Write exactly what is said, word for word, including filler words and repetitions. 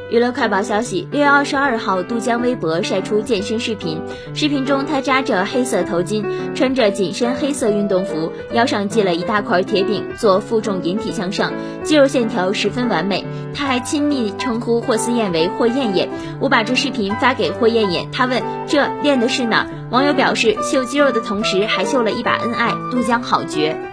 娱乐快报消息，六月二十二号，杜江微博晒出健身视频。视频中，他扎着黑色头巾，穿着紧身黑色运动服，腰上系了一大块铁饼，做负重引体向上，肌肉线条十分完美。他还亲昵称呼霍思燕为霍燕燕。我把这视频发给霍燕燕，他问这练的是哪儿？网友表示，秀肌肉的同时还秀了一把恩爱，杜江好绝。